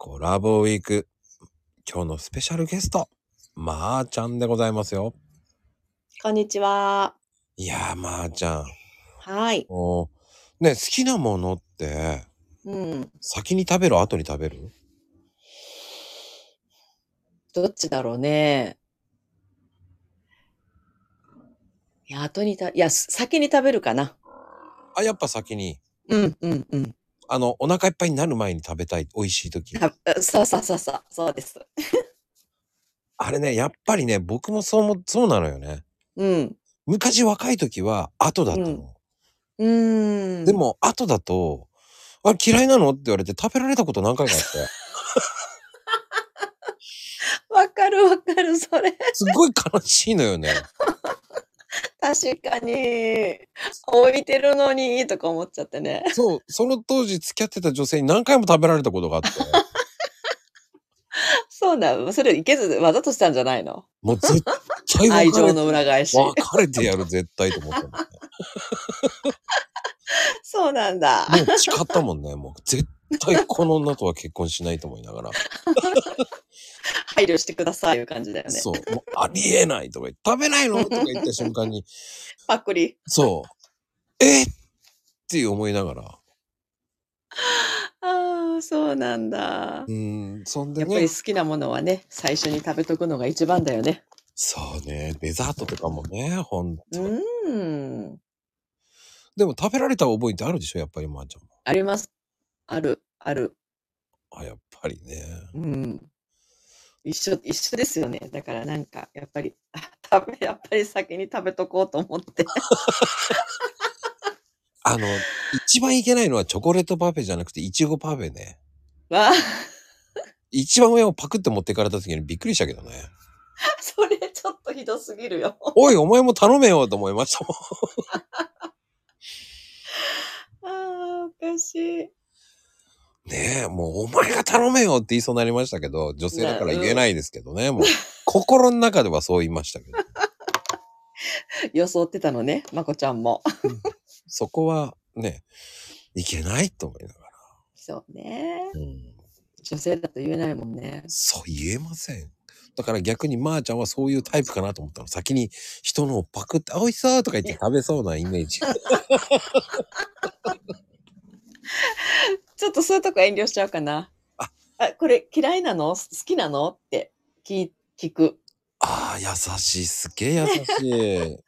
コラボウィーク。今日のスペシャルゲスト、まーちゃんでございますよ。 こんにちは。 いやー、まーちゃん。 はい。 ね、好きなものって、先に食べる後に食べる？ どっちだろうね。いや、先に食べるかな。 あ、やっぱ先に。 うん。 お腹いっぱいになる前に食べたい。美味しい時。 そうです。 あれね、やっぱりね、僕もそうなのよね。 うん。 昔若い時は後だったの。でん。 も後だと、あ、嫌いなのって言われて食べられたこと何回かあって。 わかる、それ。 すっごい悲しいのよね。 確かに。置いてるのに、とか思っちゃってね。 そう、その当時付き合ってた女性に何回も食べられたことがあって。 そうなの。それいけずわざとしたんじゃないの？ もう絶対愛情の裏返し。 別れてやる絶対と思ったもんね。 そうなんだ。 もう誓ったもんね。もう絶対この女とは結婚しないと思いながら。 配慮してくださいいう感じだよね。 そう。もうありえないとか言って、食べないのとか言った瞬間に、 パックリ。 そう。って思いながら。 ああ、そうなんだ。 そんでね。 やっぱり好きなものはね、最初に食べとくのが一番だよね。 そうね。デザートとかもね、ほんと。でも食べられた覚えってあるでしょやっぱりまーちゃんも。 あります。ある。 あ、やっぱりね。 一緒ですよね。だからなんか、やっぱり先に食べとこうと思って。 一番いけないのはチョコレートパフェじゃなくてイチゴパフェね。 わあ、 一番上をパクって持ってかれた時にびっくりしたけどね。 それちょっとひどすぎるよ。 おい、お前も頼めよと思いましたもん。 ああ、おかしい。 ねえ、もうお前が頼めよって言いそうになりましたけど、女性だから言えないですけどね、もう。心の中ではそう言いましたけど。 装ってたのね、まこちゃんも。 そこはね、いけないと思いながら。 そうね。女性だと言えないもんね。 そう言えません。だから逆にまーちゃんはそういうタイプかなと思ったの。先に人のをパクって、美味しそうとか言って食べそうなイメージ。 ちょっとそういうとこ遠慮しちゃうかな。これ嫌いなの？好きなの？って聞く。 ああ、優しい。すげえ優しい。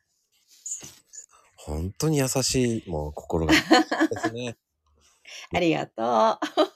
本当に優しい。もう心がですね。 ありがとう。